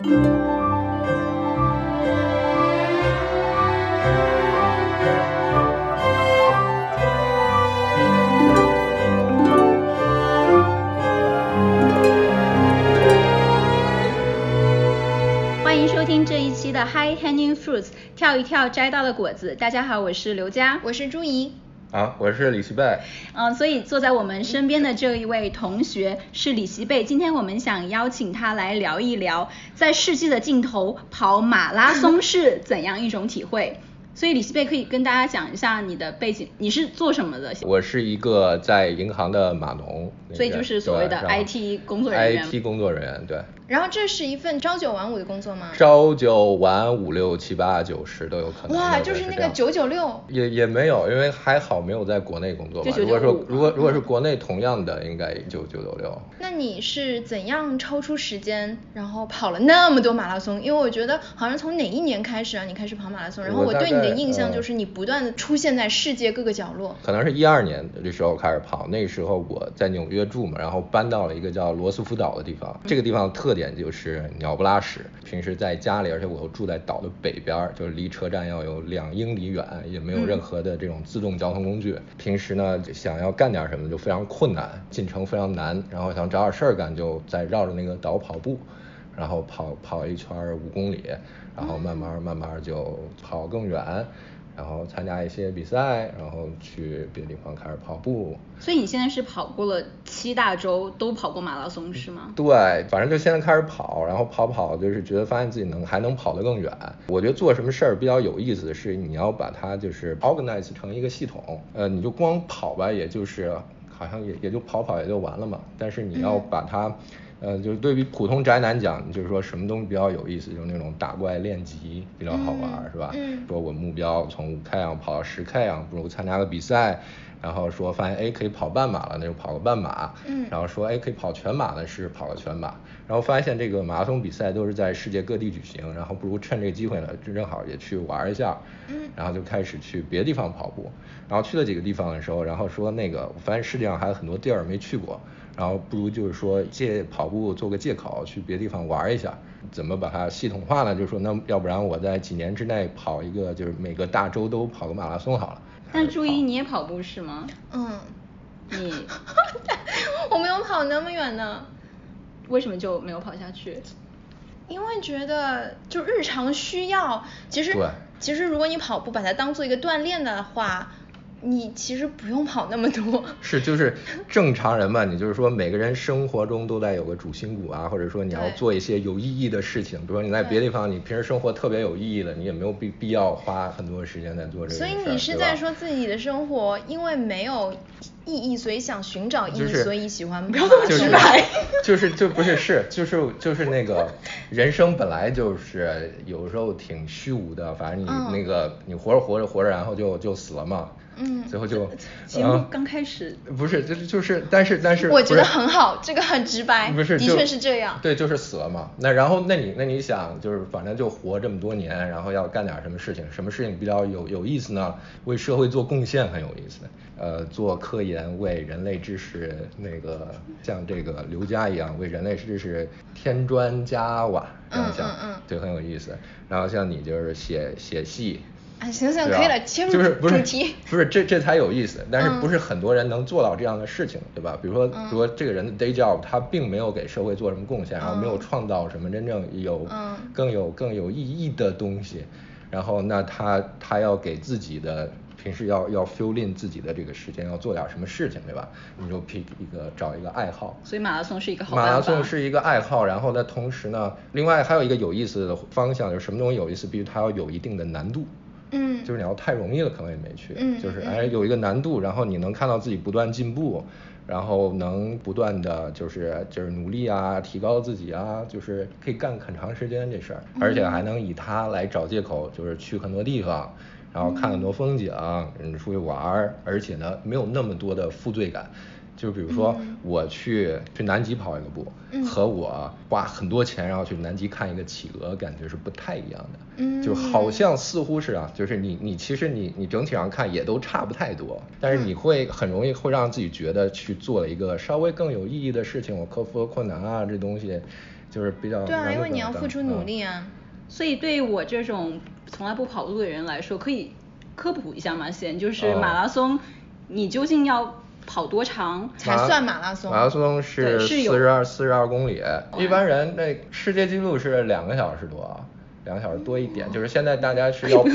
欢迎收听这一期的 High Hanging Fruits 跳一跳摘到的果子。大家好，我是刘佳， 我是朱怡。 我是李希贝。 所以坐在我们身边的这一位同学是李希贝。今天我们想邀请他来聊一聊，在世纪的尽头跑马拉松是怎样一种体会。所以李希贝可以跟大家讲一下你的背景，你是做什么的？ 我是一个在银行的码农， 所以就是所谓的 IT 工作人员。 IT 工作人员，对。 然后这是一份朝9晚5的工作吗？ 朝9晚5、6、7、8、9、10都有可能。 哇，就是那个996。 也没有，因为还好没有在国内工作嘛。如果是国内同样的，应该就996。 那你是怎样抽出时间，然后跑了那么多马拉松？因为我觉得好像从哪一年开始啊，你开始跑马拉松？然后我对你的印象就是你不断的出现在世界各个角落。 可能是12年的时候开始跑，那个时候我在纽约住嘛，然后搬到了一个叫罗斯福岛的地方。这个地方的特点就是鸟不拉屎，平时在家里，而且我又住在岛的北边，就是离车站要有2英里远，也没有任何的这种自动交通工具。平时呢想要干点什么就非常困难，进城非常难，然后想找点事儿干，就在绕着那个岛跑步，然后跑一圈5公里，然后慢慢就跑更远，然后参加一些比赛，然后去别的地方开始跑步。 所以你现在是跑过了7大洲，都跑过马拉松是吗？ 对，反正就现在开始跑，然后跑就是觉得发现自己还能跑得更远。我觉得做什么事儿比较有意思的是，你要把它就是 organize 成一个系统。你就光跑吧，也就是好像也就跑也就完了嘛。但是你要把它就是对于普通宅男讲，就是说什么东西比较有意思，就是那种打怪练级比较好玩，是吧？说我目标从5K 跑到10K，不如参加个比赛，然后说发现可以跑半马了，那就跑个半马，然后说可以跑全马的是跑个全马，然后发现这个马拉松比赛都是在世界各地举行，然后不如趁这个机会呢，正好也去玩一下，然后就开始去别的地方跑步，然后去了几个地方的时候，然后说我发现世界上还有很多地儿没去过，然后不如就是说借跑步做个借口去别的地方玩一下。怎么把它系统化呢？就是说那要不然我在几年之内跑一个，就是每个大洲都跑个马拉松好了。 但注意你也跑步是吗？你我没有跑那么远呢。 为什么就没有跑下去？ 因为觉得就日常需要，其实如果你跑步把它当做一个锻炼的话，你其实不用跑那么多。 就是正常人嘛，你就是说每个人生活中都在有个主心骨啊，或者说你要做一些有意义的事情，比如说你在别的地方你平时生活特别有意义的，你也没有必要花很多时间在做这个事。 所以你是在说自己的生活因为没有意义，所以想寻找意义，所以喜欢。不要这么直白。 就是那个人生本来就是有时候挺虚无的，反正你你活着，然后就死了嘛。最后就节目刚开始不是但是我觉得很好，这个很直白， 不是的确是这样。 对，就是死了嘛。那你想，就是反正就活这么多年，然后要干点什么事情？什么事情比较有意思呢？为社会做贡献很有意思。做科研，为人类知识像这个刘佳一样为人类知识添砖加瓦，对，很有意思。然后像你就是写戏。 行，可以了，切入主题。 不是这才有意思，但是不是很多人能做到这样的事情，对吧？比如说这个人的 day job， 他并没有给社会做什么贡献，然后没有创造什么真正更有意义的东西，然后那他要给自己的平时要 fill in 自己的这个时间，要做点什么事情，对吧？你就找一个爱好。 所以马拉松是一个好办法。 马拉松是一个爱好，然后呢，同时呢，另外还有一个有意思的方向，就是什么东西有意思，必须它要有一定的难度。就是你要太容易了，可能也没去。就是有一个难度，然后你能看到自己不断进步，然后能不断的就是努力啊，提高自己啊，就是可以干很长时间这事儿，而且还能以它来找借口，就是去很多地方，然后看很多风景，出去玩，而且呢没有那么多的负罪感。就比如说我去南极跑一个步，和我花很多钱然后去南极看一个企鹅，感觉是不太一样的。就好像似乎是就是你其实你整体上看也都差不太多，但是你会很容易会让自己觉得去做了一个稍微更有意义的事情，我克服了困难啊，这东西就是比较对啊，因为你要难度付出努力啊。 所以对于我这种从来不跑路的人来说，可以科普一下吗？先就是马拉松，你究竟要跑多长才算马拉松？ 马拉松是42公里，一般人那世界纪录是2个小时多，2个小时多一点，就是现在大家是要破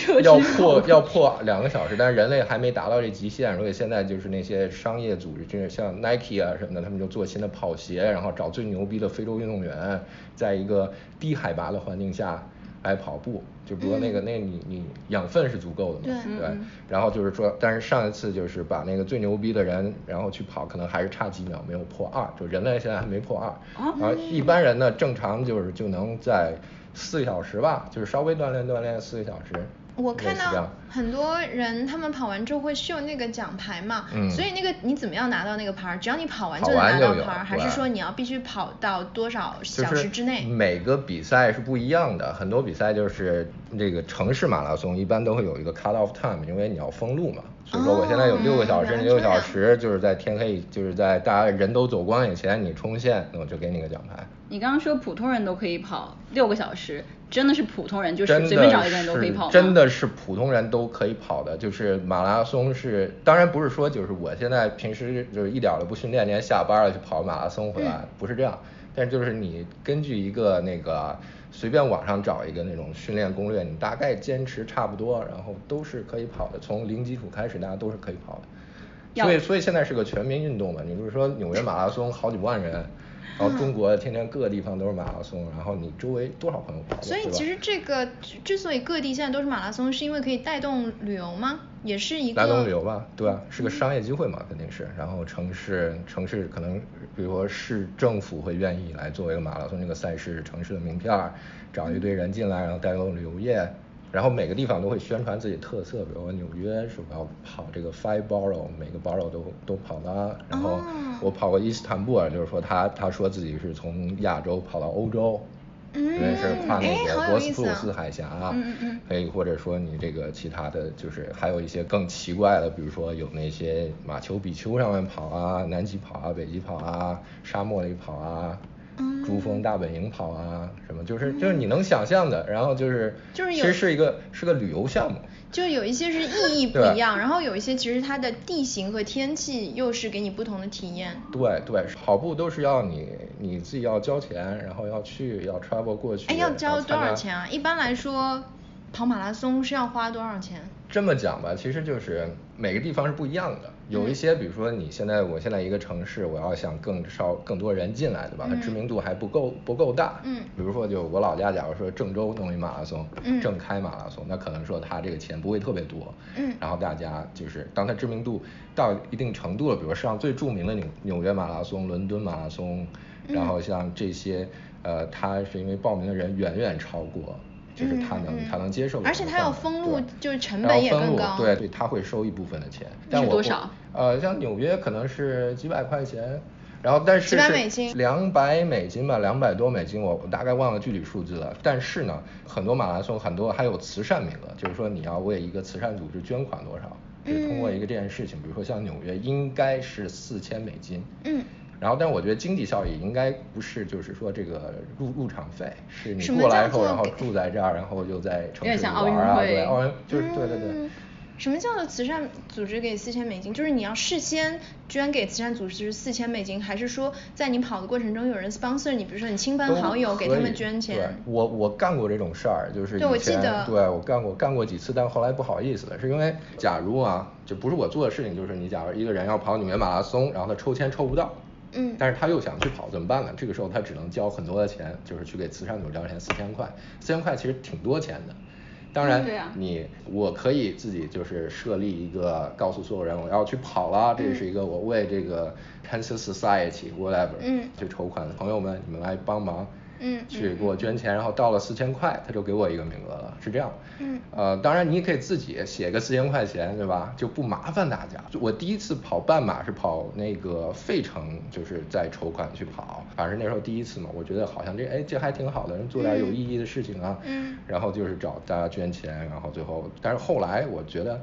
2个小时，但是人类还没达到这极限，所以现在就是那些商业组织，就是像 Nike 啊什么的，他们就做新的跑鞋，然后找最牛逼的非洲运动员，在一个低海拔的环境下来跑步，就比如那你养分是足够的嘛，对，然后就是说，但是上一次就是把那个最牛逼的人，然后去跑，可能还是差几秒没有破2，就人类现在还没破2，然后一般人呢正常就能在4个小时吧，就是稍微锻炼4个小时。 我看到很多人他们跑完之后会秀那个奖牌嘛，所以那个你怎么样拿到那个牌？只要你跑完就能拿到牌，还是说你要必须跑到多少小时之内？ 每个比赛是不一样的，很多比赛就是这个城市马拉松一般都会有一个 cut off time， 因为你要封路嘛。所以说我现在有6个小时，你6个小时就是在天黑，就是在大家人都走光以前你冲线，那我就给你个奖牌。 你刚刚说普通人都可以跑6个小时，真的是普通人，就是随便找一个人都可以跑吗？ 真的是普通人都可以跑的，就是马拉松是，当然不是说就是我现在平时就是一点都不训练，连下班了去跑马拉松回来，不是这样，但是就是你根据一个那个随便网上找一个那种训练攻略，你大概坚持差不多，然后都是可以跑的，从零基础开始大家都是可以跑的，所以现在是个全民运动嘛，你比如说纽约马拉松好几万人。然后中国天天各个地方都是马拉松，然后你周围多少朋友跑？ 所以其实这个之所以各地现在都是马拉松，是因为可以带动旅游吗？也是一个带动旅游吧，对吧？是个商业机会嘛，肯定是。然后城市可能，比如说市政府会愿意来作为一个马拉松这个赛事，城市的名片，找一堆人进来，然后带动旅游业。然后每个地方都会宣传自己特色，比如说纽约是我要跑这个 5 borough， 每个 borough 都跑了。然后我跑过伊斯坦布尔，就是说他说自己是从亚洲跑到欧洲，因为是跨那个博斯普鲁斯海峡，可以或者说你这个其他的就是还有一些更奇怪的，比如说有那些马丘比丘上面跑啊，南极跑啊，北极跑啊，沙漠里跑啊。珠峰大本营跑啊，什么就是你能想象的，然后就是其实是个旅游项目， 就有一些是意义不一样，然后有一些其实它的地形和天气又是给你不同的体验。 对，跑步都是要你自己要交钱，然后要 travel 过去。 要交多少钱啊？一般来说跑马拉松是要花多少钱？ 这么讲吧，其实就是每个地方是不一样的，有一些比如说我现在一个城市，我要想更多人进来，对吧？它知名度还不够大，比如说就我老家，假如说郑州弄一马拉松，郑开马拉松，那可能说它这个钱不会特别多，然后大家就是当它知名度到一定程度了，比如说世上最著名的纽约马拉松、伦敦马拉松，然后像这些它是因为报名的人远远超过。就是他能接受的， 而且他要封路，就是成本也更高。 对，他会收一部分的钱。 是多少？ 像纽约可能是几百块钱，然后但是几百美金 ，200美金吧，200多美金，我大概忘了具体数字了。但是呢，很多马拉松还有慈善名额，就是说你要为一个慈善组织捐款多少，就是通过一个这件事情，比如说像纽约应该是4000美金。然后，但是我觉得经济效益应该不是，就是说这个入场费，是你过来以后，然后住在这儿，然后又在城市里玩啊，对，奥运就是对。 什么叫做慈善组织给4000美金？就是你要事先捐给慈善组织4000美金，还是说在你跑的过程中有人 sponsor 你，比如说你亲朋好友给他们捐钱？ 对，我干过这种事儿，就是对，我记得， 对我干过几次，但后来不好意思了，是因为假如啊，就不是我做的事情，就是你假如一个人要跑纽约马拉松，然后他抽签抽不到。但是他又想去跑怎么办呢？这个时候他只能交很多的钱，就是去给慈善组织交钱，4000块，4000块其实挺多钱的。当然，我可以自己就是设立一个，告诉所有人我要去跑了，这是一个我为这个 Cancer Society whatever 去筹款的朋友们，你们来帮忙。去给我捐钱，然后到了4000块，他就给我一个名额了，是这样。当然你也可以自己写个4000块钱，对吧？就不麻烦大家。我第一次跑半马是跑那个费城，就是在筹款去跑，反正那时候第一次嘛，我觉得好像这还挺好的，人做点有意义的事情啊。然后就是找大家捐钱，然后最后，但是后来我觉得。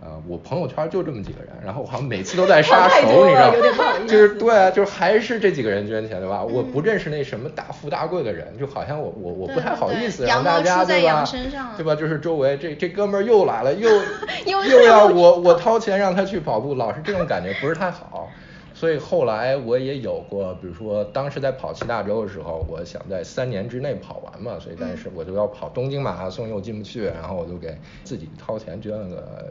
我朋友圈就这么几个人，然后我好像每次都在杀熟，你知道吗？就是对啊，就是还是这几个人捐钱，对吧？我不认识那什么大富大贵的人，就好像我不太好意思让大家，对吧？对吧？就是周围这哥们儿又来了，又要我掏钱让他去跑步，老是这种感觉不是太好。所以后来我也有过，比如说当时在跑7大洲的时候，我想在3年之内跑完嘛，所以但是我就要跑东京马拉松又进不去，然后我就给自己掏钱捐了个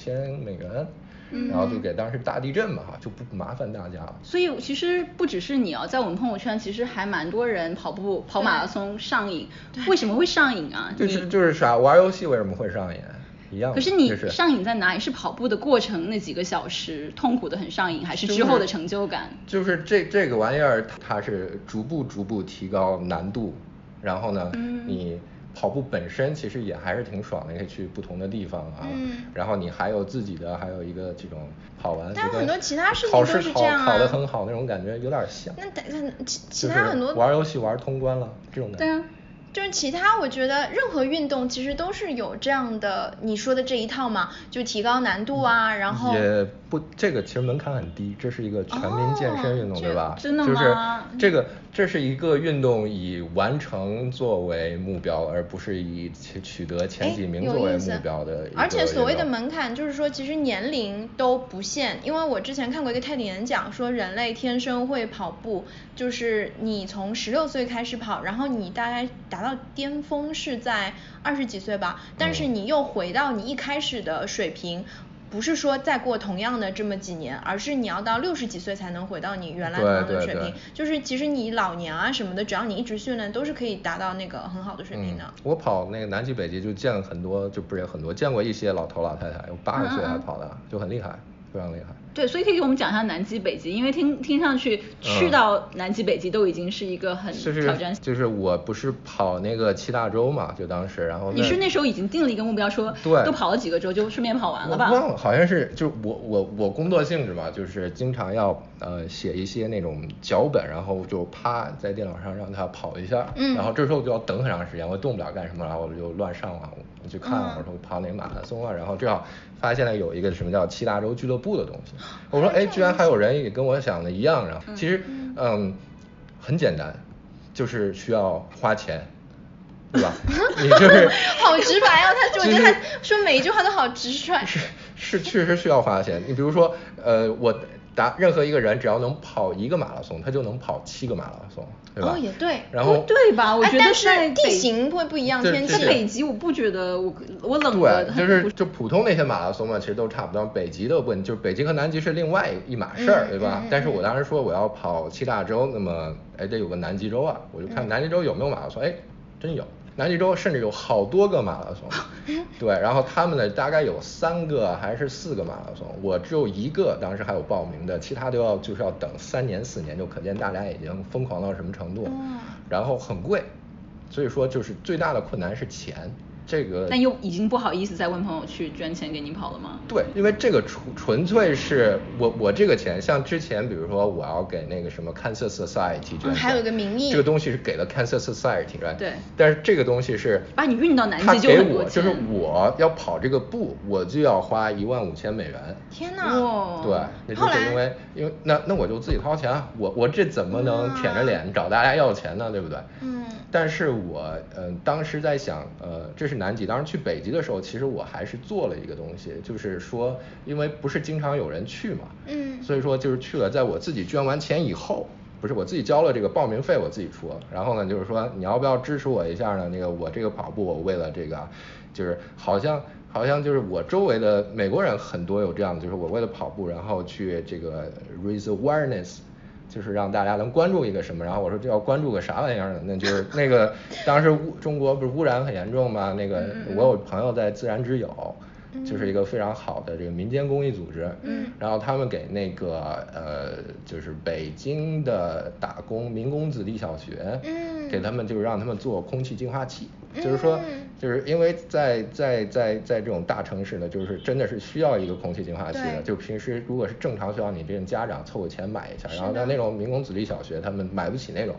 $2000，然后就给当时大地震嘛，就不麻烦大家了。 所以其实不只是你啊，在我们朋友圈其实还蛮多人跑马拉松上瘾。为什么会上瘾啊？ 就是啥，玩游戏为什么会上瘾？一样。 可是你上瘾在哪里？是跑步的过程那几个小时痛苦的很上瘾，还是之后的成就感？ 就是这个玩意儿，它是逐步提高难度，然后呢，你跑步本身其实也还是挺爽的，可以去不同的地方啊，然后你还有自己的，还有一个这种跑完， 但很多其他事情都是这样考得很好那种感觉有点像。 那其他很多玩游戏玩通关了这种感觉。 对啊。 就是其他，我觉得任何运动其实都是有这样的你说的这一套嘛，就提高难度啊，然后也不，这个其实门槛很低，这是一个全民健身运动，对吧？ 真的吗？ 就是这是一个运动以完成作为目标，而不是以取得前几名作为目标的。 而且所谓的门槛就是说，其实年龄都不限，因为我之前看过一个TED演讲，说人类天生会跑步，就是你从16岁开始跑，然后你大概达到巅峰是在20几岁吧，但是你又回到你一开始的水平。不是说再过同样的这么几年，而是你要到60几岁才能回到你原来同样的水平。就是其实你老年啊什么的，只要你一直训练，都是可以达到那个很好的水平的。 我跑那个南极北极就见了很多，就不是很多，见过一些老头老太太，有80岁还跑的，就很厉害，非常厉害。 对，所以可以给我们讲一下南极北极，因为听上去去到南极北极都已经是一个很挑战。 就是我不是跑那个7大洲嘛，就当时，然后你是那时候已经定了一个目标，说都跑了几个州，就顺便跑完了吧？ 我忘了，好像是就我工作性质嘛，就是经常要写一些那种脚本，然后就啪在电脑上让他跑一下，然后这时候就要等很长时间，我动不了干什么，然后我就乱上网我去看，我说跑哪个马拉松啊，然后正好发现了有一个什么叫7大洲俱乐部的东西，我说居然还有人也跟我想的一样，然后其实很简单，就是需要花钱，对吧？你就是好直白哦，我觉得他说每一句话都好直率。 是确实需要花钱。你比如说我任何一个人只要能跑1个马拉松，他就能跑7个马拉松，对吧？ 也对。 然后对吧？我觉得但是地形会不一样，天气。 北极我不觉得我冷的。对，就普通那些马拉松嘛，其实都差不多。北极的问题就是北极和南极是另外一码事儿，对吧？但是我当时说我要跑7大洲，那么得有个南极洲啊，我就看南极洲有没有马拉松，真有。南极洲甚至有好多个马拉松，对，然后他们呢大概有3个还是4个马拉松，我只有1个当时还有报名的，其他都就是要等3年4年，就可见大家已经疯狂到什么程度，然后很贵，所以说就是最大的困难是钱。这个但又已经不好意思再问朋友去捐钱给你跑了吗？ 对，因为这个纯粹是我这个钱，像之前比如说我要给那个什么 Cancer Society 捐钱， 还有一个名义， 这个东西是给了 Cancer Society， 对， 但是这个东西是把你运到南极就很多钱， 就是我要跑这个步，我就要花$15,000。 天哪！ 对，那就是因为那我就自己掏钱啊，我这怎么能舔着脸找大家要钱呢？对不对？但是我当时在想，这是南极，当时去北极的时候，其实我还是做了一个东西，就是说，因为不是经常有人去嘛，所以说就是去了，在我自己捐完钱以后，不是我自己交了这个报名费，我自己出了，然后呢，就是说你要不要支持我一下呢？那个我这个跑步，我为了这个，就是好像就是我周围的美国人很多有这样的，就是我为了跑步，然后去这个 raise awareness。就是让大家能关注一个什么，然后我说这要关注个啥玩意儿呢？那就是那个当时中国不是污染很严重吗？那个我有朋友在自然之友，就是一个非常好的这个民间公益组织，然后他们给那个就是北京的打工民工子弟小学，给他们就是让他们做空气净化器，就是说就是因为在这种大城市呢，就是真的是需要一个空气净化器的，就平时如果是正常学校，你这种家长凑个钱买一下，然后在那种民工子弟小学他们买不起那种，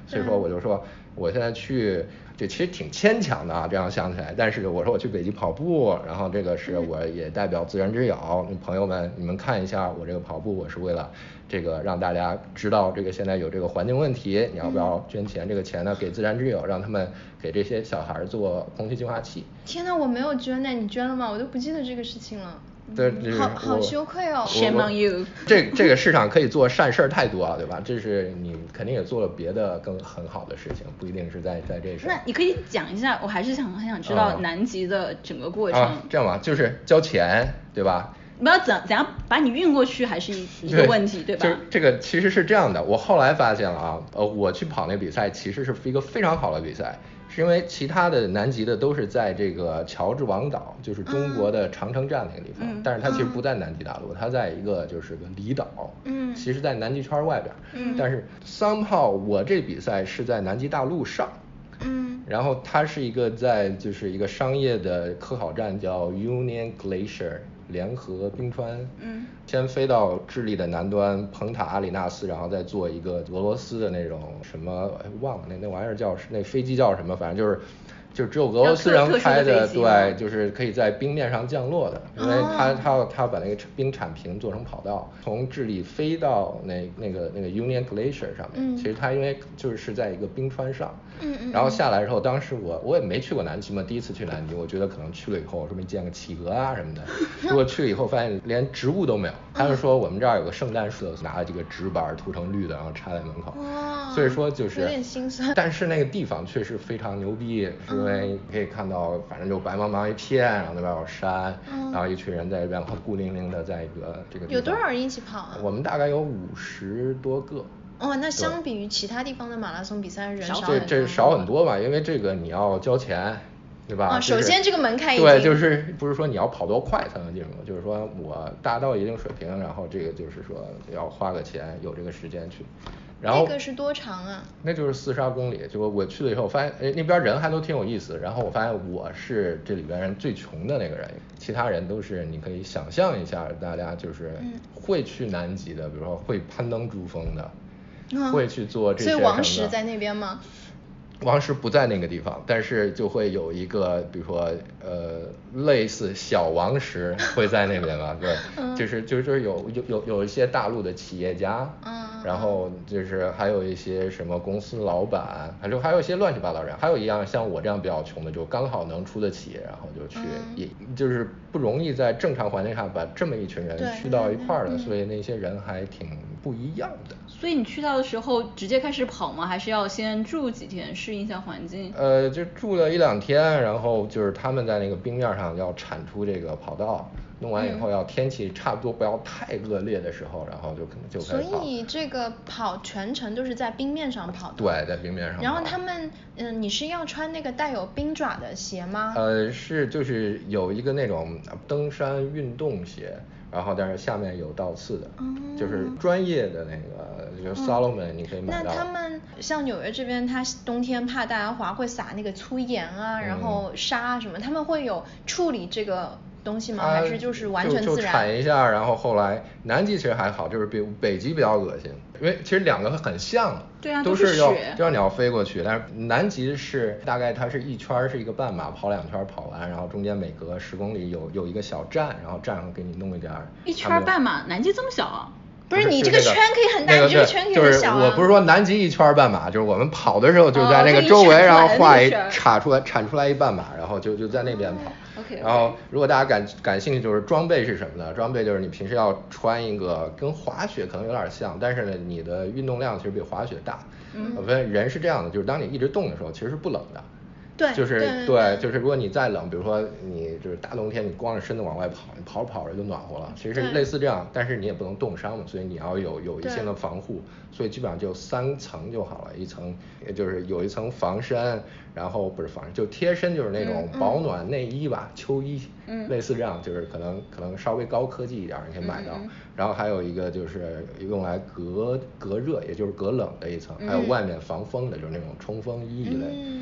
所以说我就说我现在去，这其实挺牵强的啊，这样想起来。但是我说我去北极跑步，然后这个是我也代表自然之友，朋友们你们看一下我这个跑步，我是为了这个让大家知道这个现在有这个环境问题，你要不要捐钱？这个钱呢给自然之友，让他们给这些小孩做空气净化器。 天哪，我没有捐呢，你捐了吗？我都不记得这个事情了。 对， 好羞愧哦。 Shame on you。 这个世上可以做善事太多了，对吧？这是你肯定也做了别的很好的事情，不一定是在这事。 那你可以讲一下，我还是很想知道南极的整个过程。 这样吧，就是交钱，对吧？ 不要怎样把你运过去还是一个问题，对吧？ 就这个其实是这样的，我后来发现了啊，我去跑那比赛其实是一个非常好的比赛。是因为其他的南极的都是在这个乔治王岛，就是中国的长城站那个地方，但是它其实不在南极大陆，它在一个就是个离岛，其实在南极圈外边，但是somehow我这比赛是在南极大陆上，然后它是一个在就是一个商业的科考站叫 Union Glacier 联合冰川，先飞到智利的南端蓬塔阿里纳斯，然后再坐一个俄罗斯的那种什么忘了那玩意儿叫那飞机叫什么，反正就只有俄罗斯人开的，对，就是可以在冰面上降落的，因为他要把那个冰铲平做成跑道，从智利飞到那个 Union Glacier 上面，其实它因为就是在一个冰川上，然后下来之后，当时我也没去过南极嘛，第一次去南极，我觉得可能去了以后，我说没见个企鹅啊什么的，结果去了以后发现连植物都没有，他们说我们这儿有个圣诞树，拿了几个纸板涂成绿的，然后插在门口，所以说就是有点心酸， 但是那个地方确实非常牛逼，因为可以看到反正就白茫茫一片，然后那边有山，然后一群人在这边孤零零的在这个地方。 有多少人一起跑啊？ 我们大概有50多个。 那相比于其他地方的马拉松比赛人少很多。 这少很多吧，因为这个你要交钱，对吧？ 首先这个门槛对，就是不是说你要跑多快才能进入，就是说我达到一定水平，然后这个就是说要花个钱，有这个时间去。然后那个是多长啊？ 那就是42公里。就我去了以后发现，那边人还都挺有意思。然后我发现我是这里边人最穷的那个人，其他人都是你可以想象一下，大家就是会去南极的，比如说会攀登珠峰的。会去做这些。 所以王石在那边吗？ 王石不在那个地方，但是就会有一个，比如说类似小王石会在那边吧，对，就是有一些大陆的企业家，然后就是还有一些什么公司老板，还有一些乱七八糟人，还有一样像我这样比较穷的，就刚好能出得起，然后就去，也就是不容易在正常环境下把这么一群人聚到一块儿的，所以那些人还挺不一样的。 所以你去到的时候直接开始跑吗？还是要先住几天适应一下环境？ 就住了1-2天，然后就是他们在那个冰面上要铲出这个跑道，弄完以后要天气差不多不要太恶劣的时候，然后就开始跑。 所以这个跑全程都是在冰面上跑的。 对，在冰面上跑。 然后他们，你是要穿那个带有冰爪的鞋吗？ 就是有一个那种登山运动鞋。然后但是下面有倒刺的，就是专业的那个，就是 Salomon 你可以买到。 那他们像纽约这边，他冬天怕大家滑会撒那个粗盐啊，然后沙什么，他们会有处理这个东西吗？还是就是完全自然？ 就铲一下，然后后来南极其实还好，就是比北极比较恶心，因为其实两个很像， 对啊， 都是你要飞过去，但是南极是大概它是一圈是一个半马，跑2圈跑完，然后中间每隔10公里有一个小站，然后站上给你弄一点。 一圈半马，南极这么小啊？ 不是你这个圈可以很大，你这个圈可以很小啊。 我不是说南极一圈半马，就是我们跑的时候就在那个周围，然后铲出来一半马，然后就在那边跑。然后如果大家感兴趣，就是装备是什么呢？装备就是你平时要穿一个跟滑雪可能有点像，但是呢你的运动量其实比滑雪大。人是这样的，就是当你一直动的时候，其实是不冷的。 对， 就是如果你再冷，比如说你就是大冬天你光着身子往外跑，你跑着跑着就暖和了，其实类似这样，但是你也不能冻伤嘛，所以你要有一些的防护，所以基本上就3层就好了，一层就是有一层防身，然后不是防身就贴身，就是那种保暖内衣吧，秋衣，类似这样，就是可能稍微高科技一点你可以买到，然后还有一个就是用来隔热，也就是隔冷的一层，还有外面防风的，就是那种冲锋衣一类。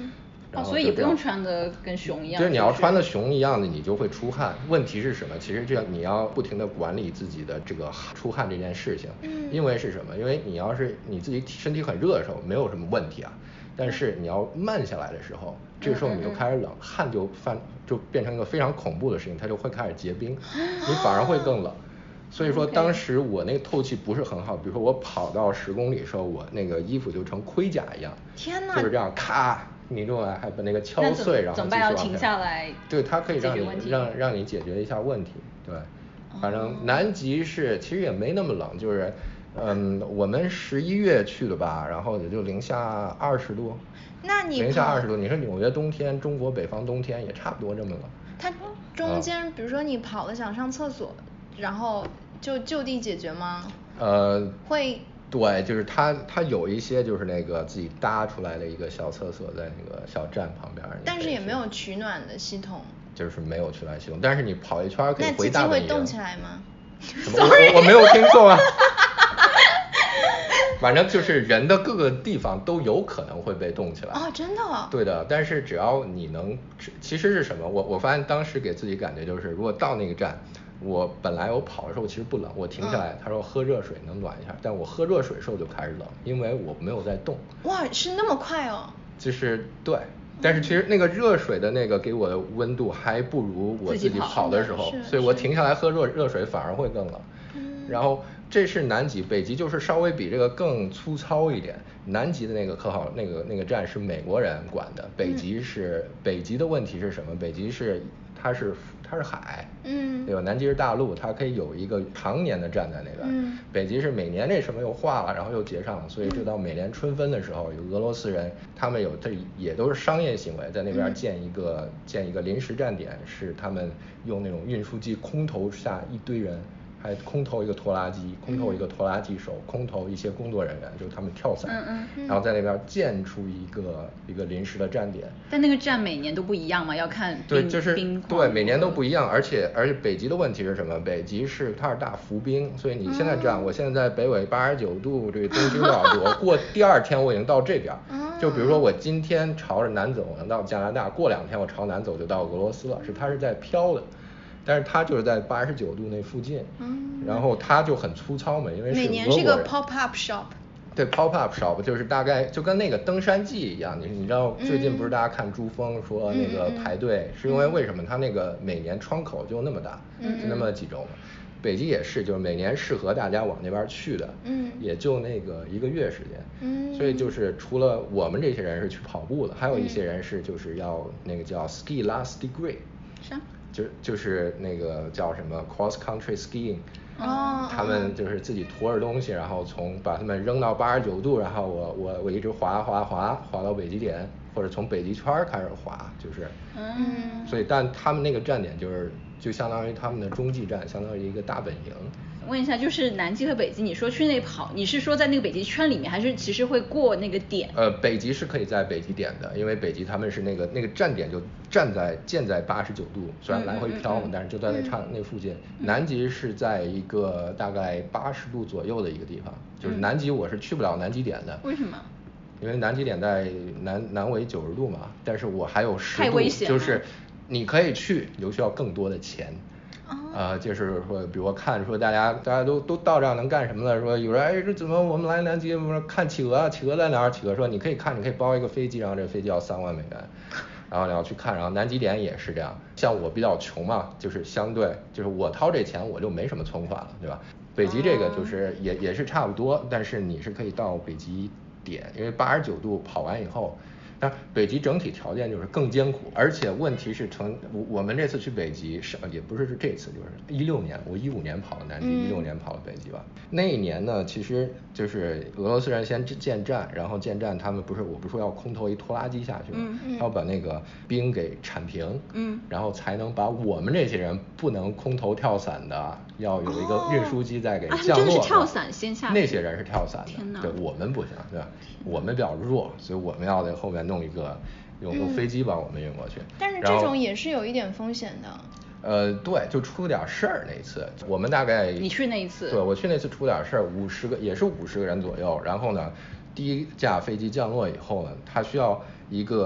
所以也不用穿的跟熊一样。 就是你要穿的熊一样的，你就会出汗。问题是什么？其实这你要不停的管理自己的这个出汗这件事情。因为是什么？因为你要是你自己身体很热的时候没有什么问题啊，但是你要慢下来的时候，这个时候你就开始冷，汗就变成一个非常恐怖的事情，它就会开始结冰，你反而会更冷。所以说当时我那个透气不是很好，比如说我跑到10公里的时候，我那个衣服就成盔甲一样， 天哪， 就是这样咔你就还把那个敲碎，然后怎么办？要停下来？ 对，它可以让你解决一下问题。对，反正南极其实也没那么冷，就是我们11月去的吧，然后也就零下20度。 那你零下20度，你说纽约冬天，中国北方冬天也差不多这么冷。 它中间比如说你跑了想上厕所，然后就地解决吗？会。 对，就是它有一些就是那个自己搭出来的一个小厕所在那个小站旁边。 但是也没有取暖的系统。 就是没有取暖系统，但是你跑一圈可以回大本营。 那鸡鸡会动起来吗？ 我没有听说啊。反正就是人的各个地方都有可能会被冻起来。 哦，真的？ 对的，但是只要你能，其实是什么？我发现当时给自己感觉就是，如果到那个站，我本来我跑的时候其实不冷，我停下来，他说喝热水能暖一下，但我喝热水的时候就开始冷，因为我没有在动。 哇，是那么快哦？ 就是对，但是其实那个热水的那个给我的温度还不如我自己跑的时候，所以我停下来喝热水反而会更冷。然后这是南极，北极就是稍微比这个更粗糙一点。南极的那个可好，那个站是美国人管的，北极的问题是什么？北极它是海，对吧？南极是大陆，它可以有一个常年的站在那边。北极是每年那什么又化了，然后又结上了，所以就到每年春分的时候，有俄罗斯人，他们这也都是商业行为，在那边建一个临时站点，是他们用那种运输机空投下一堆人。还空投一个拖拉机，空投一个拖拉机手，空投一些工作人员，就是他们跳伞，然后在那边建出一个临时的站点。 但那个站每年都不一样吗？要看对，就是对，每年都不一样，而且北极的问题是什么？北极它是大浮冰，所以你现在站，我现在在北纬89度，这个东经多少度？过第2天我已经到这边。就比如说我今天朝着南走，我能到加拿大，过2天我朝南走就到俄罗斯了，它是在飘的。但是它就是在89度那附近，然后它就很粗糙嘛，因为是俄国人。 每年是个 pop up shop。 对 ，pop up shop 就是大概就跟那个登山季一样，你知道最近不是大家看珠峰说那个排队，是因为为什么？它那个每年窗口就那么大，就那么几周嘛。北极也是，就是每年适合大家往那边去的，也就那个1个月时间。所以就是除了我们这些人是去跑步的，还有一些人是就是要那个叫 ski last degree。 啥？ 就是那个叫什么 cross country skiing，他们就是自己驮着东西，然后把他们扔到89度，然后我一直滑到北极点，或者从北极圈开始滑，就是所以但他们那个站点就相当于他们的中继站，相当于一个大本营。 问一下，就是南极和北极，你说去那跑，你是说在那个北极圈里面，还是其实会过那个点？ 北极是可以在北极点的，因为北极他们是那个站点就建在89度，虽然来回飘嘛，但是就在那附近。南极是在一个大概80度左右的一个地方，就是南极我是去不了南极点的。 为什么？ 因为南极点在南纬90度嘛，但是我还有10度， 太危险了。 就是你可以去，你就需要更多的钱。就是说，比如说说大家都到这儿能干什么呢？说有人这怎么我们来南极看企鹅，企鹅在哪儿？企鹅说你可以看，你可以包一个飞机，然后这个飞机要3万美元，然后你要去看，然后南极点也是这样。像我比较穷嘛，就是相对就是我掏这钱我就没什么存款了，对吧？北极这个就是也是差不多，但是你是可以到北极点，因为89度跑完以后。但北极整体条件就是更艰苦，而且问题是我们这次去北极也不是这次，就是16年，我15年跑的南极，16年跑的北极吧。那一年呢，其实就是俄罗斯人先建站，然后建站他们我不是说要空投一拖拉机下去吗？要把那个冰给铲平，然后才能把我们这些人不能空投跳伞的，要有一个运输机再给降落。 真的是跳伞先下去？ 那些人是跳伞的， 天哪， 对，我们不行，对吧？我们比较弱，所以我们要在后面弄一个用飞机把我们运过去。 但是这种也是有一点风险的。 对，就出点事儿那次，我们大概你去那一次？ 对，我去那次出点事儿也是50个人左右。然后呢，第一架飞机降落以后呢，它需要一个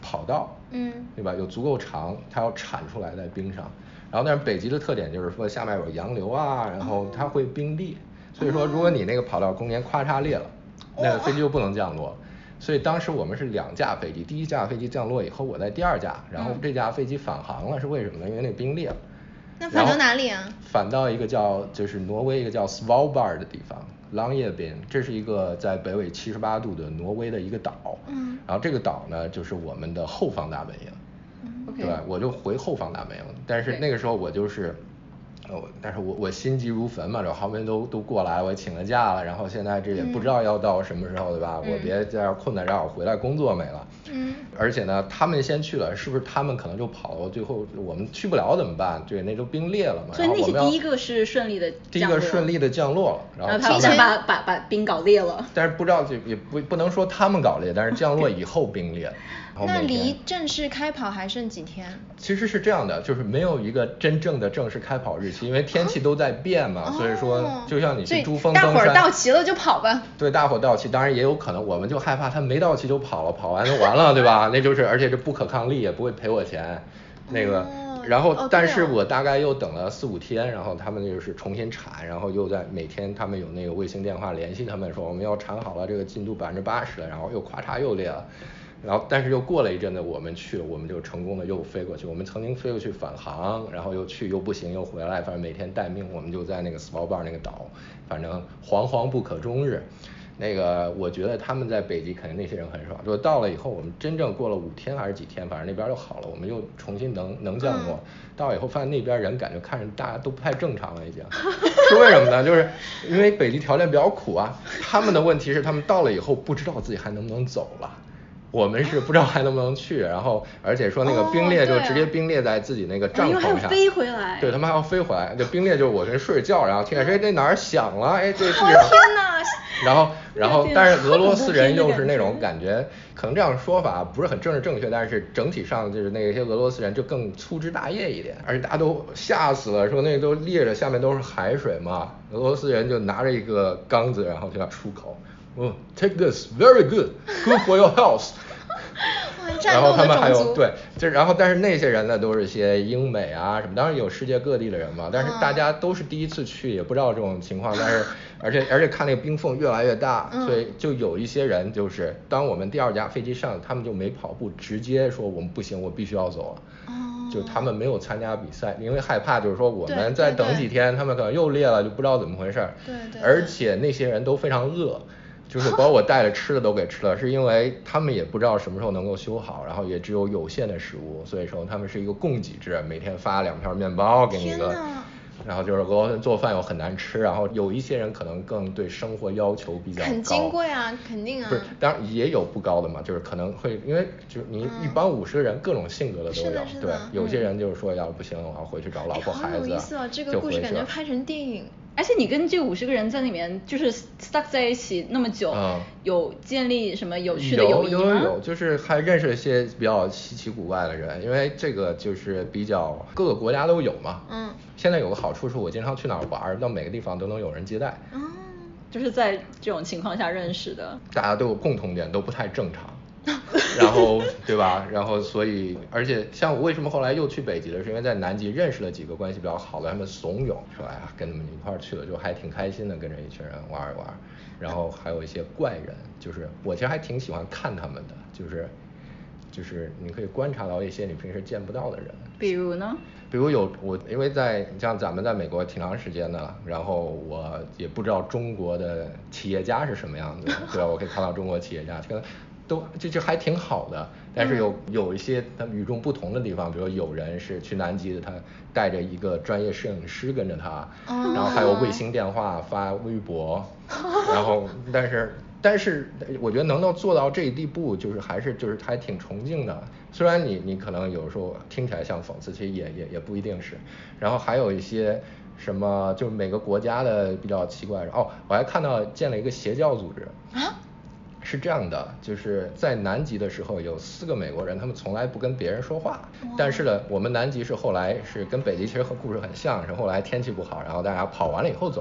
跑道，对吧？有足够长，它要铲出来在冰上。然后但是北极的特点就是说下面有洋流啊，然后它会冰裂，所以说如果你那个跑道中间咔嚓裂了，那个飞机就不能降落。所以当时我们是2架飞机，第一架飞机降落以后，我在第2架，然后这架飞机返航了，是为什么呢？因为那冰裂了。 那返到哪里啊？ 返到一个就是挪威一个叫 Svalbard 的地方，狼叶边，这是一个在北纬78度的挪威的一个岛。然后这个岛呢，就是我们的后方大本营。对吧？我就回后方大本营，但是那个时候我就是。但是我心急如焚嘛，这航班都过来，我请了假了，然后现在这也不知道要到什么时候，对吧？我别在这困在这儿，我回来工作没了。而且呢，他们先去了，是不是他们可能就跑了？最后我们去不了怎么办？对，那就冰裂了嘛。 所以那是第一个是顺利的降落。 第一个顺利的降落了， 然后他们把冰搞裂了。 但是不知道也不能说他们搞裂，但是降落以后冰裂了。 那离正式开跑还剩几天？ 其实是这样的，就是没有一个真正的正式开跑日期，因为天气都在变嘛，所以说就像你去珠峰登山， 大伙儿到齐了就跑吧。 对，大伙到齐，当然也有可能，我们就害怕他没到齐就跑了，跑完就完了，对吧？那就是而且这不可抗力，也不会赔我钱，那个。然后，但是我大概又等了4、5天，然后他们就是重新铲，然后又在每天他们有那个卫星电话联系他们说我们要铲好了，这个进度80%了，然后又咔嚓又裂了。然后但是又过了一阵子我们去了，我们就成功的又飞过去，我们曾经飞过去返航，然后又去又不行又回来，反正每天待命，我们就在那个 Svalbard 那个岛，反正惶惶不可终日。那个我觉得他们在北极肯定那些人很爽，就到了以后我们真正过了5天还是几天，反正那边就好了，我们又重新能降落。到了以后发现那边人感觉看着大家都不太正常了已经，是为什么呢？就是因为北极条件比较苦啊，他们的问题是他们到了以后不知道自己还能不能走了。我们是不知道还能不能去，然后而且说那个冰裂就直接冰裂在自己那个帐篷上， 还要飞回来。 对，他们还要飞回来。这冰裂就是我这睡觉，然后听见这哪儿响了，哎，这是。 天哪！ 然后，但是俄罗斯人又是那种感觉，可能这样说法不是很政治正确，但是整体上就是那些俄罗斯人就更粗枝大叶一点，而且大家都吓死了，说那都裂着，下面都是海水嘛。俄罗斯人就拿着一个缸子，然后就要出口。Take this, very good, good for your health 。然后他们还有对，然后但是那些人呢，都是一些英美啊什么，当然有世界各地的人嘛，但是大家都是第一次去，也不知道这种情况，但是而且看那个冰缝越来越大，所以就有一些人就是当我们第2架飞机上，他们就没跑步，直接说我们不行，我必须要走了。就他们没有参加比赛，因为害怕就是说我们再等几天，他们可能又裂了，就不知道怎么回事。 对。 而且那些人都非常饿。就是把我带了吃的都给吃了，是因为他们也不知道什么时候能够修好，然后也只有有限的食物，所以说他们是一个供给制，每天发2片面包给你一个，然后就是俄罗斯做饭又很难吃，然后有一些人可能更对生活要求比较高， 很金贵啊，肯定啊。 不是，当然也有不高的嘛，就是可能会因为就是你一帮50个人各种性格的都有，对，有些人就是说要不行我要回去找老婆孩子， 好有意思哦，这个故事感觉拍成电影。 而且你跟这50个人在里面就是 stuck 在一起那么久，有建立什么有趣的友谊吗？ 有，就是还认识一些比较稀奇古怪的人，因为这个就是比较各个国家都有嘛。现在有个好处是我经常去哪儿玩，到每个地方都能有人接待。 就是在这种情况下认识的。 大家都有共同点，都不太正常。然后对吧？然后所以而且像我为什么后来又去北极了，是因为在南极认识了几个关系比较好的，他们怂恿说哎呀跟他们一块儿去了，就还挺开心的，跟着一群人玩一玩。然后还有一些怪人，就是我其实还挺喜欢看他们的，就是你可以观察到一些你平时见不到的人。 比如呢？ 比如我因为像咱们在美国挺长时间的，然后我也不知道中国的企业家是什么样子，对吧？我可以看到中国企业家可能都就还挺好的，但是有一些他们与众不同的地方，比如有人是去南极的，他带着一个专业摄影师跟着他，然后还有卫星电话发微博，然后但是我觉得能够做到这一地步，就是还挺崇敬的。虽然你可能有时候听起来像讽刺，其实也不一定是。然后还有一些什么，就是每个国家的比较奇怪。我还建了一个邪教组织。是这样的，就是在南极的时候有4个美国人，他们从来不跟别人说话。但是呢，我们南极是后来是跟北极其实和故事很像，是后来天气不好，然后大家跑完了以后走不了。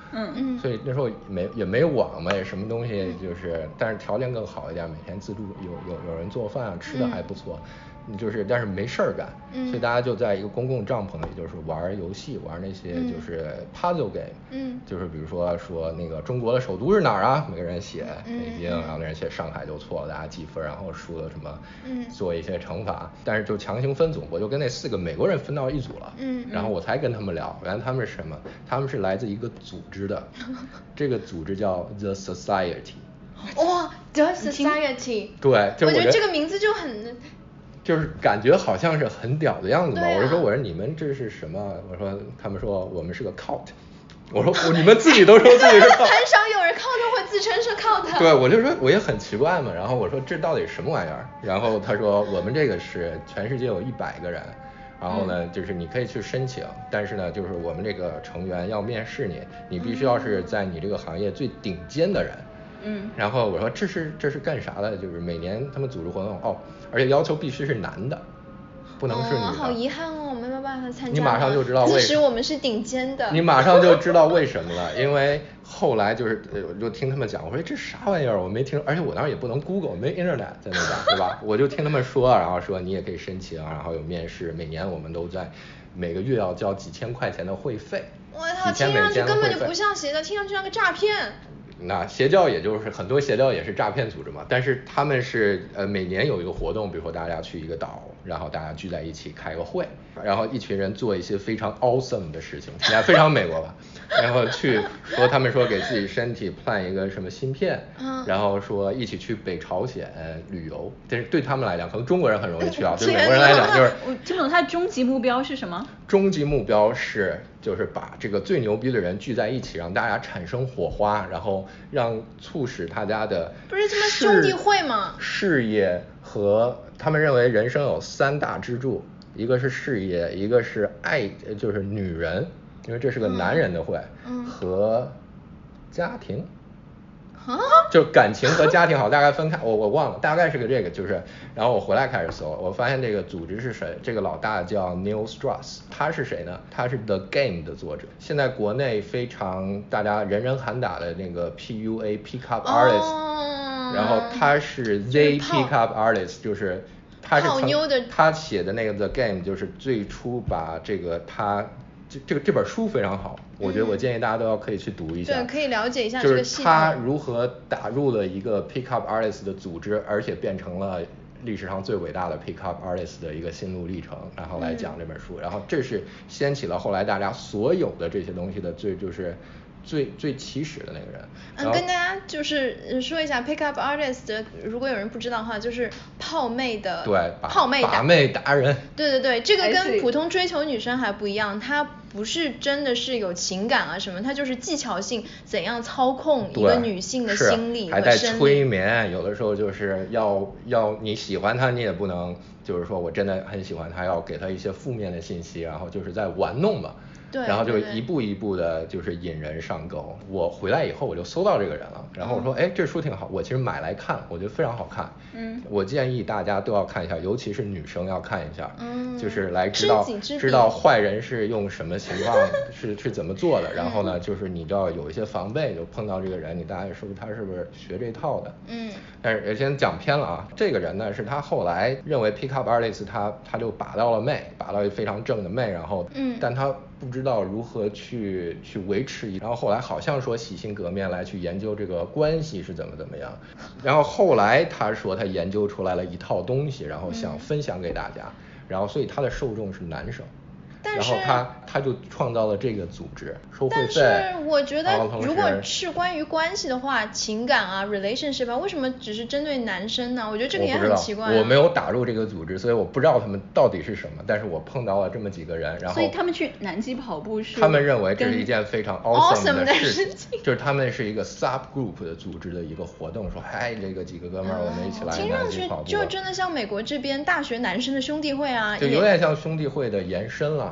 所以那时候也没网嘛，也什么东西就是，但是条件更好一点，每天自助有人做饭啊，吃的还不错。但是没事儿干，所以大家就在一个公共帐篷里，就是玩游戏，玩那些就是 puzzle game，就是比如说那个中国的首都是哪儿啊，每个人写北京，然后那人写上海就错了，大家记分，然后输了什么，做一些乘法，但是就强行分组，我就跟那4个美国人分到一组了，然后我才跟他们聊，原来他们是什么？他们是来自一个组织的，这个组织叫 The Society。 哇 ，The Society。 对， 我觉得这个名字就很。 就是感觉好像是很屌的样子嘛，我说你们这是什么？我说他们说我们是个 cult， 我说你们自己都说自己是 cult， 很少有人 cult 会自称是 cult。 对，我就说我也很奇怪嘛，然后我说这到底什么玩意儿？然后他说我们这个是全世界有100个人，然后呢就是你可以去申请，但是呢就是我们这个成员要面试你必须要是在你这个行业最顶尖的人。然后我说这是干啥的？就是每年他们组织活动而且要求必须是男的，不能是女的。 好遗憾哦，我没有办法参加。 你马上就知道即使我们是顶尖的。 你马上就知道为什么了，因为后来我就听他们讲，我说这啥玩意儿，我没听，而且我当时也不能 Google， 没 Internet 在那边，对吧？我就听他们说，然后说你也可以申请，然后有面试，每年我们都在每个月要交几千块钱的会费。 我操，听上去根本就不像邪教，听上去像个诈骗。 那邪教也就是很多邪教也是诈骗组织嘛，但是他们是每年有一个活动，比如说大家去一个岛，然后大家聚在一起开个会，然后一群人做一些非常 awesome 的事情，听起来非常美国吧，然后他们说给自己身体 plan 一个什么芯片，然后说一起去北朝鲜旅游，但是对他们来讲，可能中国人很容易去啊，对美国人来讲就是我听不懂他的终极目标是什么？ 终极目标就是把这个最牛逼的人聚在一起，让大家产生火花，然后促使大家的不是他们兄弟会吗？ 事业和他们认为人生有3大支柱，一个是事业，一个是爱，就是女人，因为这是个男人的会，和家庭。就感情和家庭好大概分开，我忘了，大概是个这个，就是然后我回来开始搜，我发现这个组织是谁，这个老大叫 Neil Strauss， 他是谁呢？他是 The Game 的作者，现在国内非常大家人人喊打的那个 PUA Pick Up Artist，然后他是 The Pick Up Artist， 就是他是他写的那个 The Game， 就是最初把这个这本书非常好，我觉得我建议大家都可以去读一下， 对，可以了解一下这个系统， 就是他如何打入了一个 Pick Up Artist 的组织，而且变成了历史上最伟大的 Pick Up Artist 的一个心路历程，然后来讲这本书，然后这是掀起了后来大家所有的这些东西的最起始的那个人。 跟大家就是说一下 Pick Up Artist， 如果有人不知道的话，就是泡妹的， 对， 泡妹把妹达人。 对，这个跟普通追求女生还不一样，它不是真的是有情感啊什么，它就是技巧性怎样操控一个女性的心理和生理， 还带催眠，有的时候就是要你喜欢她，你也不能就是说我真的很喜欢她，要给她一些负面的信息，然后就是在玩弄嘛。然后就一步一步的就是引人上钩。我回来以后我就搜到这个人了，然后我说这书挺好，我其实买来看，我觉得非常好看。我建议大家都要看一下，尤其是女生要看一下，就是来知道坏人是用什么情况是怎么做的，然后呢就是你就要有一些防备，就碰到这个人你大概他是不是学这套的。但是先讲偏了啊，这个人呢是他后来认为 Pick Up Artist 他就把到了妹，把到一非常正的妹，然后但他不知道如何去维持，然后后来好像说洗心革面来去研究这个关系是怎么样，然后后来他说他研究出来了一套东西，然后想分享给大家，然后所以他的受众是男生。然后他就创造了这个组织，收会费。 但是我觉得如果是关于关系的话，情感啊 relationship 啊，为什么只是针对男生呢？我觉得这个也很奇怪。 我没有打入这个组织，所以我不知道他们到底是什么，但是我碰到了这么几个人，然后所以他们去南极跑步是他们认为这是一件非常 awesome 的事情，就是他们是一个 sub group 的组织的一个活动，说这个几个哥们儿我们一起来南极跑步。 听上去就真的像美国这边大学男生的兄弟会啊， 就有点像兄弟会的延伸了，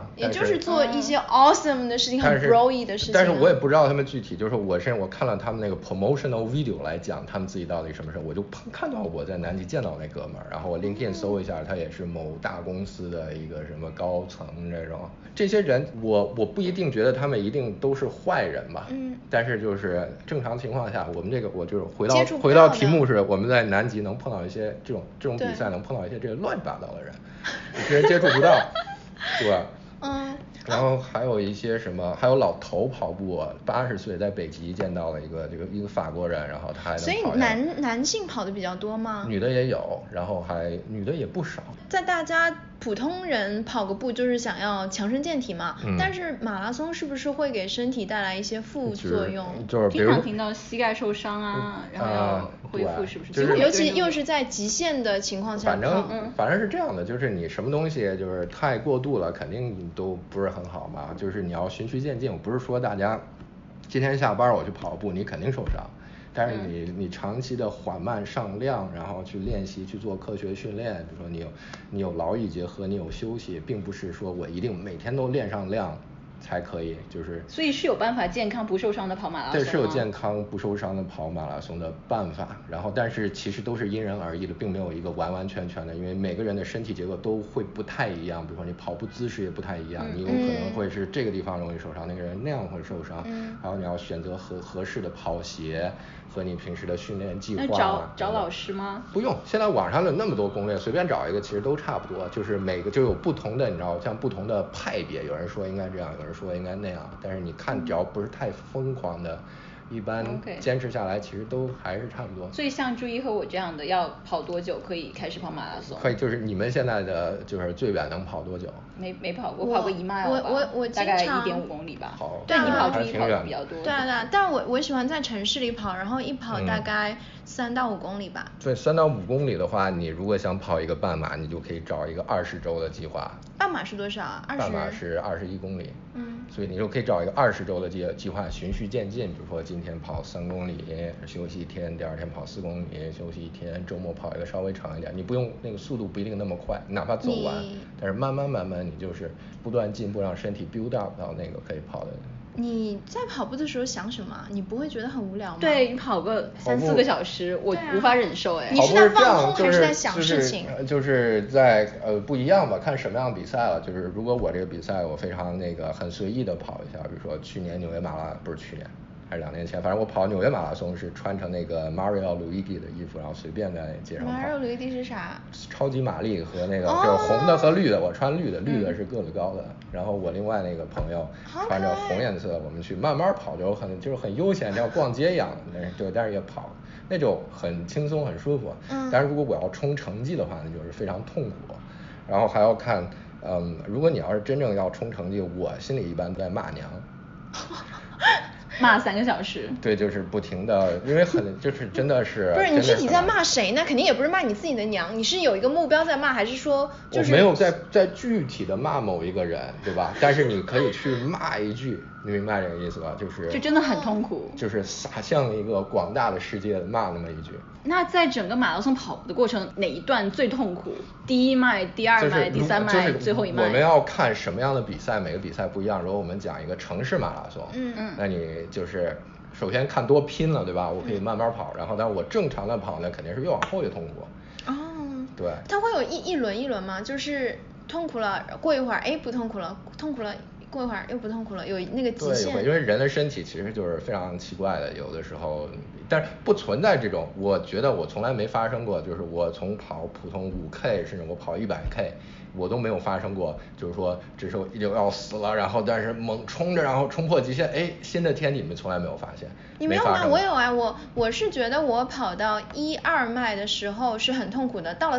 也就是做一些 awesome 的事情，很 broy 的事情。 但是我也不知道他们具体，就是我看了他们那个 promotional video 来讲他们自己到底什么事，我就看到我在南极见到那哥们儿，然后我 LinkedIn 搜一下，他也是某大公司的一个什么高层这种。这些人我不一定觉得他们一定都是坏人吧，但是就是正常情况下，我们这个我就是回到题目是我们在南极能碰到一些这种比赛能碰到一些这个乱七八糟的人，这人接触不到，对吧？然后还有一些什么，还有老头跑步，80岁在北极见到了一个法国人，然后他还能跑。 所以男性跑的比较多吗？ 女的也有，然后女的也不少。 在大家普通人跑个步就是想要强身健体嘛，但是马拉松是不是会给身体带来一些副作用？ 就是经常听到膝盖受伤啊，然后要恢复，是不是？ 就是尤其又是在极限的情况下反正是这样的，就是你什么东西就是太过度了，肯定都不是很好嘛。就是你要循序渐进，我不是说大家今天下班我去跑步，你肯定受伤。但是你长期的缓慢上量，然后去练习去做科学训练，比如说你有劳逸结合，你有休息，并不是说我一定每天都练上量才可以，就是所以是有办法健康不受伤的跑马拉松吗？ 对，是有健康不受伤的跑马拉松的办法，然后但是其实都是因人而异的，并没有一个完完全全的，因为每个人的身体结构都会不太一样，比如说你跑步姿势也不太一样，你有可能会是这个地方容易受伤，那个人那样会受伤，然后你要选择合适的跑鞋和你平时的训练计划。 那找老师吗？ 不用，现在网上有那么多攻略，随便找一个其实都差不多，就是每个就有不同的，你知道像不同的派别，有人说应该这样，有人说应该那样，但是你看只要不是太疯狂的，一般坚持下来其实都还是差不多。 所以像朱一和我这样的要跑多久可以开始跑马拉松？ 可以，就是你们现在的就是最远能跑多久？ 没跑过，跑过1 mile 吧， 我大概1.5公里吧。 对， 你跑朱一跑的比较多。 对，但我喜欢在城市里跑，然后一跑大概3到5公里吧。 对，3到5公里的话，你如果想跑一个半马，你就可以找一个20周的计划。 半马是多少啊？20？ 半马是21公里。所以你就可以找一个20周的计划，循序渐进，比如说今天跑3公里，休息1天，第2天跑4公里，休息1天，周末跑一个稍微长一点。你不用那个速度不一定那么快，哪怕走完，但是慢慢你就是不断进步，让身体 build up 到那个可以跑的。 你在跑步的时候想什么？你不会觉得很无聊吗？ 对，你跑个3-4个小时，我无法忍受哎。 你是在放空还是在想事情？ 就是在不一样吧，看什么样比赛了。就是如果我这个比赛我非常很随意的跑一下，比如说去年纽约马拉，不是去年还是2年前，反正我跑纽约马拉松是穿成那个 Mario Luigi 的衣服，然后随便在街上跑。 Mario Luigi 是啥？ 超级玛丽和那个就是红的和绿的，我穿绿的，绿的是个子高的，然后我另外那个朋友穿着红颜色，我们去慢慢跑，就是很悠闲，像逛街一样的，但是也跑，那就很轻松很舒服。但是如果我要冲成绩的话，那就是非常痛苦，然后还要看，如果你要是真正要冲成绩，我心里一般在骂娘。 骂3个小时。 对，就是不停的，因为就是真的是。 不是你具体在骂谁呢？肯定也不是骂你自己的娘，你是有一个目标在骂，还是说就是？ 我没有在具体的骂某一个人，对吧？但是你可以去骂一句，你明白这个意思吧？就真的很痛苦。 就是洒向一个广大的世界骂那么一句。 那在整个马拉松跑步的过程，哪一段最痛苦？第1迈、第2迈、第3迈、最后1迈？ 我们要看什么样的比赛，每个比赛不一样。如果我们讲一个城市马拉松，那你就是首先看多拼了，对吧？我可以慢慢跑，然后但是我正常的跑呢，肯定是越往后越痛苦。对。 它会有一轮一轮吗？就是痛苦了，过一会儿，哎，不痛苦了，痛苦了。过一会儿又不痛苦了，有那个极限。 对，因为人的身体其实就是非常奇怪的，有的时候，但是不存在这种，我觉得我从来没发生过，就是我从跑普通5K，甚至我跑100K，我都没有发生过，就是说这时候就要死了，然后但是猛冲着，然后冲破极限，哎，新的天地你们从来没有发现。 你没有吗？我有啊，我是觉得我跑到1、2迈的时候是很痛苦的，到了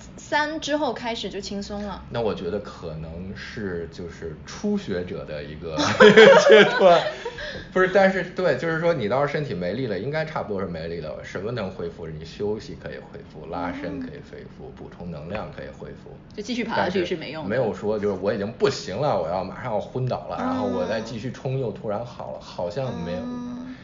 3之后开始就轻松了。 那我觉得可能是就是初学者的一个阶段，不是，但是对，就是说你到时身体没力了，应该差不多是没力了，什么能恢复？你休息可以恢复，拉伸可以恢复，补充能量可以恢复， 就继续跑下去是没用的。 没有说就是我已经不行了，我要马上要昏倒了，然后我再继续冲又突然好了，好像没有。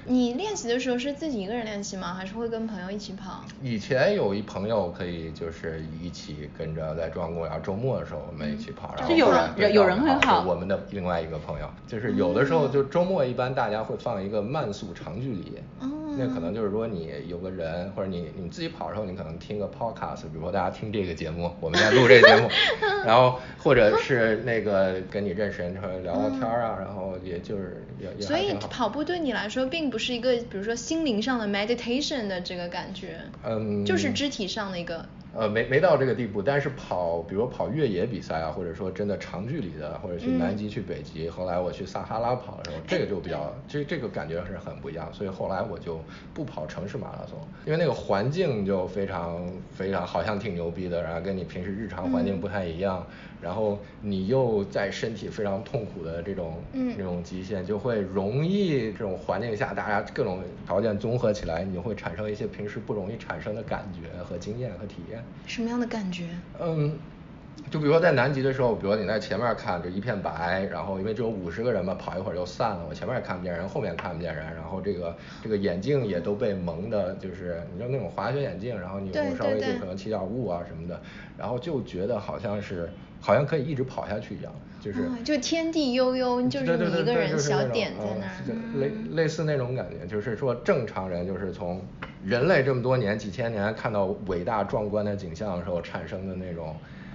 你练习的时候是自己一个人练习吗？还是会跟朋友一起跑？ 以前有一朋友可以就是一起跟着在中央公园周末的时候我们一起跑，然后有人会跑。 我们的另外一个朋友，就是有的时候就周末一般大家会放一个慢速长距离。那可能就是说你有个人或者你自己跑的时候，你可能听个 podcast， 比如说大家听这个节目，我们在录这个节目，然后或者是那个跟你认识人聊聊天啊，然后也就是也所以跑步对你来说并不是一个比如说心灵上的 meditation 的这个感觉，就是肢体上的一个。 没到这个地步，但是比如跑越野比赛啊，或者说真的长距离的，或者去南极去北极，后来我去撒哈拉跑的时候，这个就比较这个感觉是很不一样，所以后来我就不跑城市马拉松，因为那个环境就非常非常好像挺牛逼的，然后跟你平时日常环境不太一样，然后你又在身体非常痛苦的这种极限，就会容易这种环境下大家各种条件综合起来，你就会产生一些平时不容易产生的感觉和经验和体验。 什么样的感觉？ 就比如说在南极的时候，比如说你在前面看就一片白，然后因为只有50个人嘛，跑一会儿就散了，我前面也看不见人，后面看不见人，然后这个眼镜也都被蒙的，就是你知道那种滑雪眼镜，然后你稍微就可能起点雾啊什么的，然后就觉得好像可以一直跑下去一样， 就天地悠悠，就是你一个人小点在那儿， 类似那种感觉，就是说正常人就是从人类这么多年几千年看到伟大壮观的景象的时候产生的那种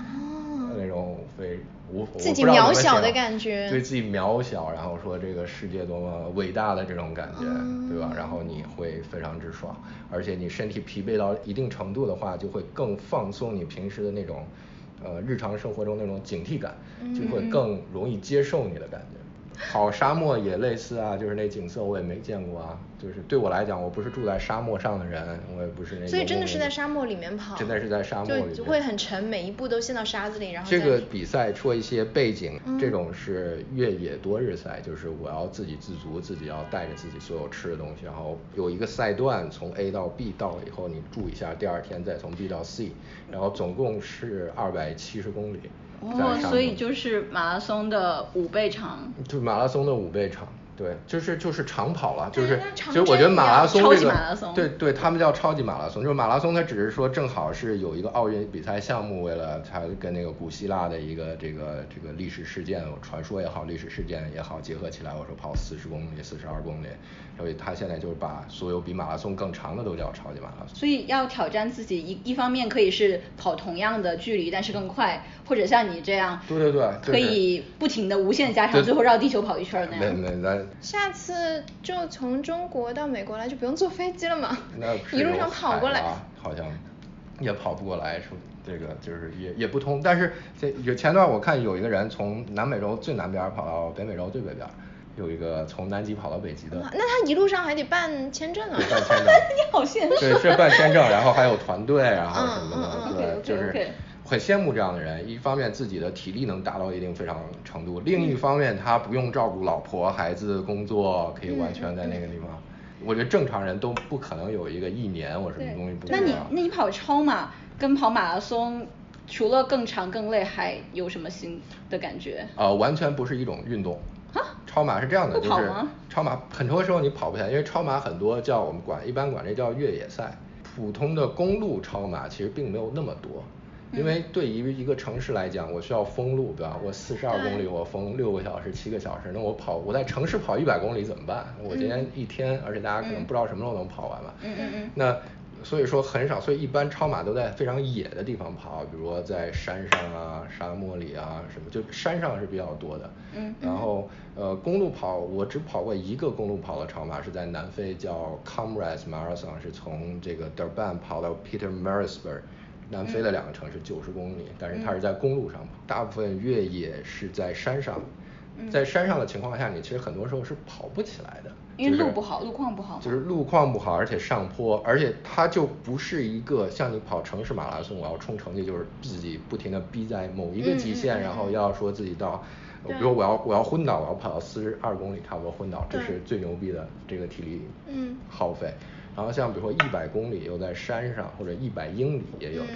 自己渺小的感觉， 对自己渺小，然后说这个世界多么伟大的这种感觉，对吧？然后你会非常之爽，而且你身体疲惫到一定程度的话，就会更放松你平时的那种日常生活中那种警惕感，就会更容易接受你的感觉。跑沙漠也类似啊，就是那景色我也没见过啊，就是对我来讲，我不是住在沙漠上的人，我也不是那。 所以真的是在沙漠里面跑。 真的是在沙漠里面。 就会很沉，每一步都陷到沙子里，然后。 这个比赛说一些背景，这种是越野多日赛，就是我要自给自足，自己要带着自己所有吃的东西，然后有一个赛段从 A 到 B 到了以后，你住一下，第二天再从 B 到 C， 然后总共是270公里。 所以就是马拉松的5倍长。 就马拉松的5倍长，对，就是长跑了，就是其实我觉得马拉松超级马拉松， 对，他们叫超级马拉松，就是马拉松它只是说正好是有一个奥运比赛项目，为了它跟那个古希腊的一个这个历史事件，传说也好，历史事件也好结合起来，我说跑40公里、42公里，所以他现在就是把所有比马拉松更长的都叫超级马拉松。 所以要挑战自己，一方面可以是跑同样的距离，但是更快，或者像你这样， 对， 可以不停的无限加长，最后绕地球跑一圈那样。 下次就从中国到美国来就不用坐飞机了嘛，一路上跑过来。 好像也跑不过来，这个就是也不通。但是前段我看有一个人从南美洲最南边跑到北美洲最北边，有一个从南极跑到北极的。 那他一路上还得办签证啊？ 对，办签证。 你好现实。 对，是办签证，然后还有团队，然后什么的，对，就是很羡慕这样的人。一方面自己的体力能达到一定非常程度，另一方面他不用照顾老婆孩子工作，可以完全在那个地方。我觉得正常人都不可能有一个1年我什么东西不做。 那你跑超马跟跑马拉松除了更长更累还有什么新的感觉？ 完全不是一种运动。超马是这样的，就是超马很多时候你跑不下，因为超马很多我们一般管这叫越野赛。普通的公路超马其实并没有那么多，因为对于一个城市来讲，我需要封路，对吧？我42公里我封6个小时7个小时，那我在城市跑100公里怎么办？我今天一天，而且大家可能不知道什么时候能跑完嘛。那所以说很少，所以一般超马都在非常野的地方跑，比如说在山上啊、沙漠里啊什么，就山上是比较多的。然后公路跑，我只跑过一个公路跑的超马，是在南非叫 Comrades Marathon， 是从这个 Durban 跑到 Pietermaritzburg， 南非的2个城市90公里，但是它是在公路上跑。大部分越野是在山上。在山上的情况下，你其实很多时候是跑不起来的， 因为路不好，路况不好。 就是路况不好，而且上坡，而且它就不是一个像你跑城市马拉松，我要冲成绩，就是自己不停的逼在某一个极限，然后要说自己到，比如我要昏倒，我要跑到42公里差不多昏倒，这是最牛逼的这个体力耗费。然后像比如说100公里又在山上，或者100英里也有这种，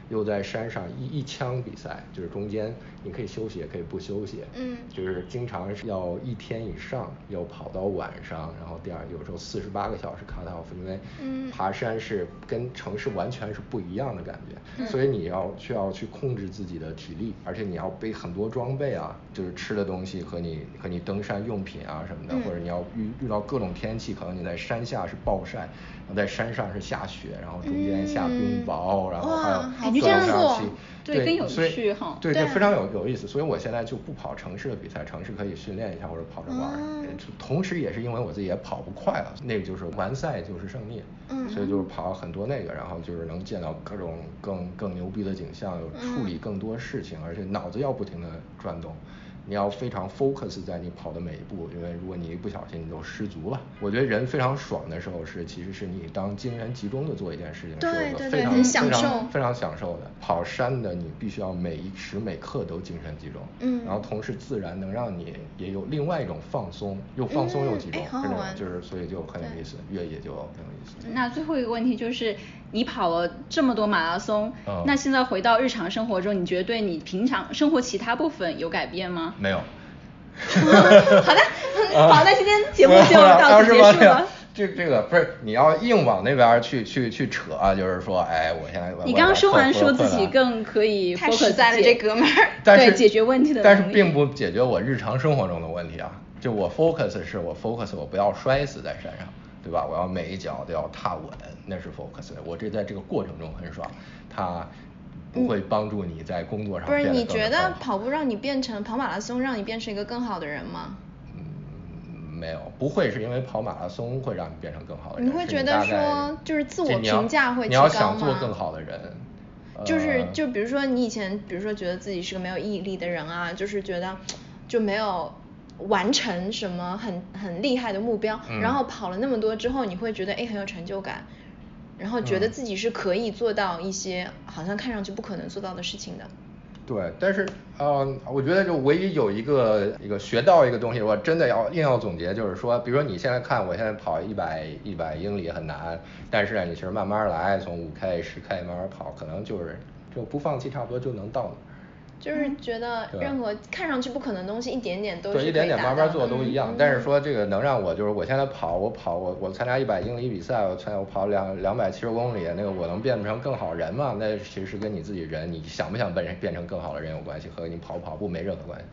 又在山上一枪比赛，就是中间你可以休息也可以不休息，就是经常是要1天以上，要跑到晚上，然后有时候48个小时 cut off， 因为爬山是跟城市完全是不一样的感觉，所以你需要去控制自己的体力，而且你要背很多装备啊，就是吃的东西和你登山用品啊什么的，或者你要遇到各种天气，可能你在山下是暴晒，然后在山上是下雪，然后中间下冰雹，然后还有上上去， 对，更有趣哈。 对，非常有意思。所以我现在就不跑城市的比赛，城市可以训练一下或者跑着玩。同时也是因为我自己也跑不快了，那个就是完赛就是胜利，所以就是跑很多那个，然后就是能见到各种更牛逼的景象，有处理更多事情，而且脑子要不停的转动。你要非常 focus 在你跑的每一步，因为如果你一不小心你就失足了。我觉得人非常爽的时候其实是你当精神集中的做一件事情，是一个非常非常享受的。跑山的你必须要每一时每刻都精神集中，然后同时自然能让你也有另外一种放松，又放松又集中，就是所以就很有意思，越野就很有意思。 那最后一个问题就是你跑了这么多马拉松，那现在回到日常生活中，你觉得对你平常生活其他部分有改变吗？ 没有。 好的，好，那今天节目就到此结束了。 这个不是你要硬往那边去扯，就是说，哎，我现在你刚刚说完说自己更可以 focus 在了这哥们儿， 对解决问题的能力， 但是并不解决我日常生活中的问题啊。就我 focus 我不要摔死在山上，对吧？我要每一脚都要踏稳，那是 focus。我在这个过程中很爽，它不会帮助你在工作上变得更好。 不是，你觉得跑马拉松让你变成一个更好的人吗？ 没有，不会是因为跑马拉松会让你变成更好的人。 你会觉得说就是自我评价会提高吗？ 你要想做更好的人， 就比如说你以前比如说觉得自己是个没有毅力的人啊，就是觉得就没有完成什么很厉害的目标，然后跑了那么多之后，你会觉得很有成就感，然后觉得自己是可以做到一些好像看上去不可能做到的事情的。 对，但是我觉得就唯一有一个学到一个东西，我真的硬要总结，就是说，比如说你现在看我现在跑100英里很难，但是你其实慢慢来，从5K 10K 慢慢跑，可能就不放弃，差不多就能到了。 就是觉得任何看上去不可能的东西，一点点都是可以达到的。 对，一点点慢慢做都一样。但是说这个能让我就是我现在我参加100英里比赛，我跑270公里，那个我能变成更好人嘛？那其实是跟你自己人，你想不想变成更好的人有关系，和你跑步没任何关系。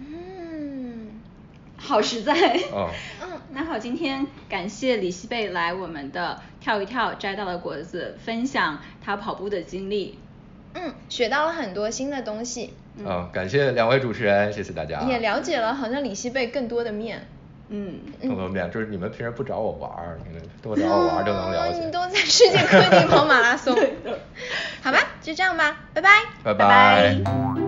好实在。那好，今天感谢李希贝来我们的跳一跳摘到的果子，分享他跑步的经历。 学到了很多新的东西。 感谢2位主持人，谢谢大家。 也了解了好像李希贝更多的面。 更多面，就是你们平时不找我玩，你们多找我玩就能了解。 你都在世界各地跑马拉松。好吧，就这样吧，拜拜。 拜拜。